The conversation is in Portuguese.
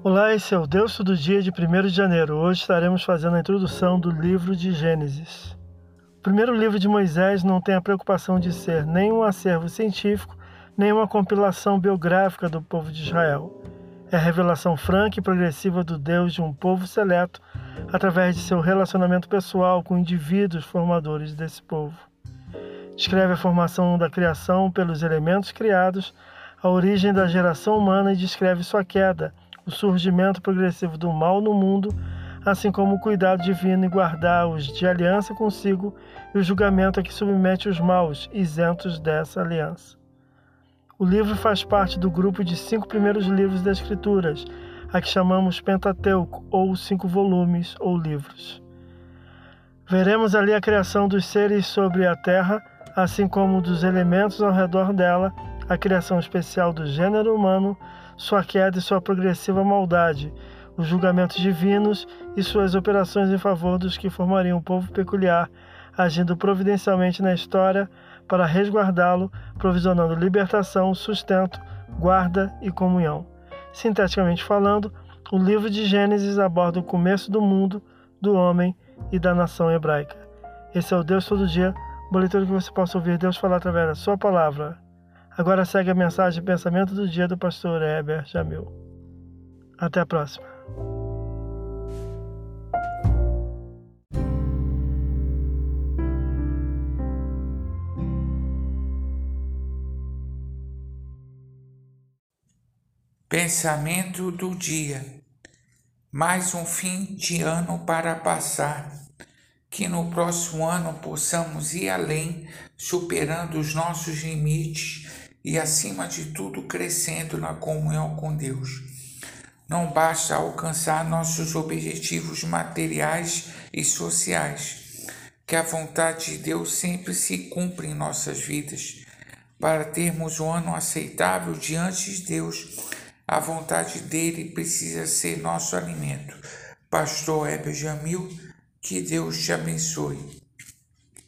Olá, esse é o Deus Todo Dia de 1º de janeiro. Hoje estaremos fazendo a introdução do livro de Gênesis. O primeiro livro de Moisés não tem a preocupação de ser nem um acervo científico, nem uma compilação biográfica do povo de Israel. É a revelação franca e progressiva do Deus de um povo seleto através de seu relacionamento pessoal com indivíduos formadores desse povo. Descreve a formação da criação pelos elementos criados, a origem da geração humana e descreve sua queda, o surgimento progressivo do mal no mundo, assim como o cuidado divino em guardar-os de aliança consigo e o julgamento a que submete os maus, isentos dessa aliança. O livro faz parte do grupo de 5 primeiros livros das Escrituras, a que chamamos Pentateuco, ou 5 volumes ou livros. Veremos ali a criação dos seres sobre a terra, assim como dos elementos ao redor dela, a criação especial do gênero humano, sua queda e sua progressiva maldade, os julgamentos divinos e suas operações em favor dos que formariam um povo peculiar, agindo providencialmente na história para resguardá-lo, provisionando libertação, sustento, guarda e comunhão. Sinteticamente falando, o livro de Gênesis aborda o começo do mundo, do homem e da nação hebraica. Esse é o Deus Todo Dia, boletim que você possa ouvir Deus falar através da sua palavra. Agora segue a mensagem e pensamento do dia do pastor Heber Jamil. Até a próxima. Pensamento do dia. Mais um fim de ano para passar. Que no próximo ano possamos ir além, superando os nossos limites e, acima de tudo, crescendo na comunhão com Deus. Não basta alcançar nossos objetivos materiais e sociais, que a vontade de Deus sempre se cumpra em nossas vidas. Para termos um ano aceitável diante de Deus, a vontade dele precisa ser nosso alimento. Pastor Heber Jamil, que Deus te abençoe.